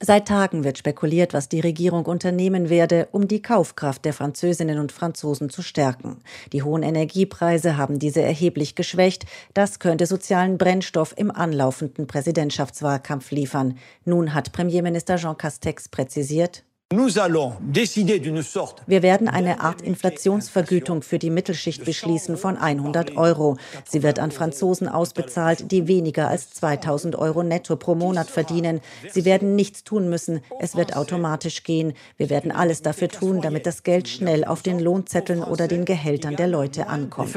Seit Tagen wird spekuliert, was die Regierung unternehmen werde, um die Kaufkraft der Französinnen und Franzosen zu stärken. Die hohen Energiepreise haben diese erheblich geschwächt. Das könnte sozialen Brennstoff im anlaufenden Präsidentschaftswahlkampf liefern. Nun hat Premierminister Jean Castex präzisiert: Wir werden eine Art Inflationsvergütung für die Mittelschicht beschließen von 100 Euro. Sie wird an Franzosen ausbezahlt, die weniger als 2000 Euro netto pro Monat verdienen. Sie werden nichts tun müssen. Es wird automatisch gehen. Wir werden alles dafür tun, damit das Geld schnell auf den Lohnzetteln oder den Gehältern der Leute ankommt.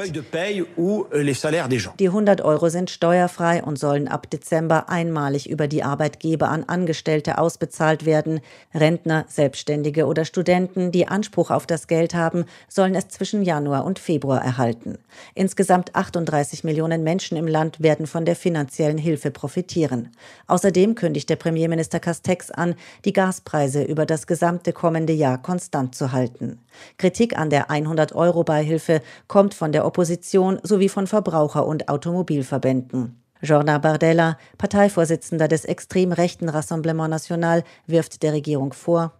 Die 100 Euro sind steuerfrei und sollen ab Dezember einmalig über die Arbeitgeber an Angestellte ausbezahlt werden. Rentner, Selbstständige oder Studenten, die Anspruch auf das Geld haben, sollen es zwischen Januar und Februar erhalten. Insgesamt 38 Millionen Menschen im Land werden von der finanziellen Hilfe profitieren. Außerdem kündigt der Premierminister Castex an, die Gaspreise über das gesamte kommende Jahr konstant zu halten. Kritik an der 100-Euro-Beihilfe kommt von der Opposition sowie von Verbraucher- und Automobilverbänden. Jordi Bardella, Parteivorsitzender des extrem rechten Rassemblement National, wirft der Regierung vor: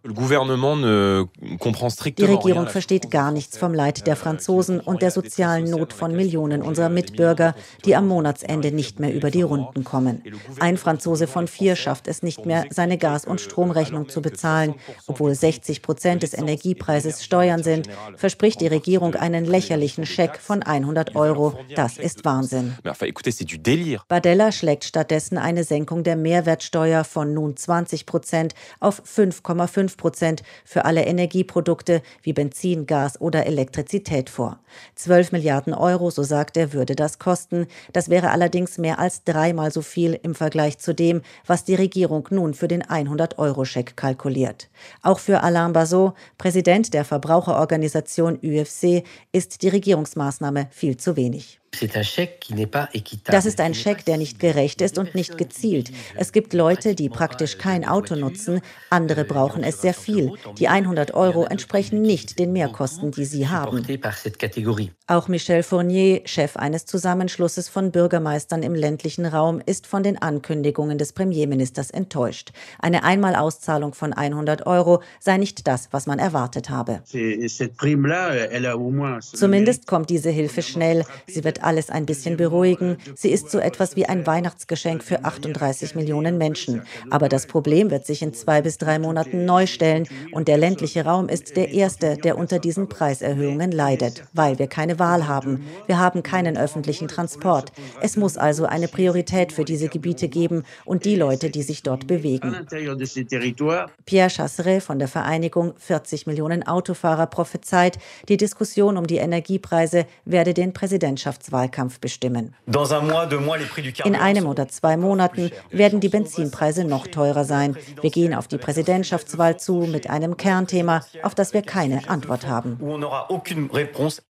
Die Regierung versteht gar nichts vom Leid der Franzosen und der sozialen Not von Millionen unserer Mitbürger, die am Monatsende nicht mehr über die Runden kommen. Ein Franzose von 4 schafft es nicht mehr, seine Gas- und Stromrechnung zu bezahlen. Obwohl 60% des Energiepreises Steuern sind, verspricht die Regierung einen lächerlichen Scheck von 100 Euro. Das ist Wahnsinn. Bardella schlägt stattdessen eine Senkung der Mehrwertsteuer von nun 20% auf 5,5% für alle Energieprodukte wie Benzin, Gas oder Elektrizität vor. 12 Milliarden Euro, so sagt er, würde das kosten. Das wäre allerdings mehr als 3-mal so viel im Vergleich zu dem, was die Regierung nun für den 100-Euro-Scheck kalkuliert. Auch für Alain Bazot, Präsident der Verbraucherorganisation UFC, ist die Regierungsmaßnahme viel zu wenig. Das ist ein Scheck, der nicht gerecht ist und nicht gezielt. Es gibt Leute, die praktisch kein Auto nutzen, andere brauchen es sehr viel. Die 100 Euro entsprechen nicht den Mehrkosten, die sie haben. Auch Michel Fournier, Chef eines Zusammenschlusses von Bürgermeistern im ländlichen Raum, ist von den Ankündigungen des Premierministers enttäuscht. Eine Einmalauszahlung von 100 Euro sei nicht das, was man erwartet habe. Zumindest kommt diese Hilfe schnell. Sie wird alles ein bisschen beruhigen. Sie ist so etwas wie ein Weihnachtsgeschenk für 38 Millionen Menschen. Aber das Problem wird sich in 2 bis 3 Monaten neu stellen. Und der ländliche Raum ist der erste, der unter diesen Preiserhöhungen leidet, weil wir keine Wahl haben. Wir haben keinen öffentlichen Transport. Es muss also eine Priorität für diese Gebiete geben und die Leute, die sich dort bewegen. Pierre Chasseret von der Vereinigung 40 Millionen Autofahrer prophezeit, die Diskussion um die Energiepreise werde den Präsidentschaftswahlkampf bestimmen. In 1 oder 2 Monaten werden die Benzinpreise noch teurer sein. Wir gehen auf die Präsidentschaftswahl zu mit einem Kernthema, auf das wir keine Antwort haben.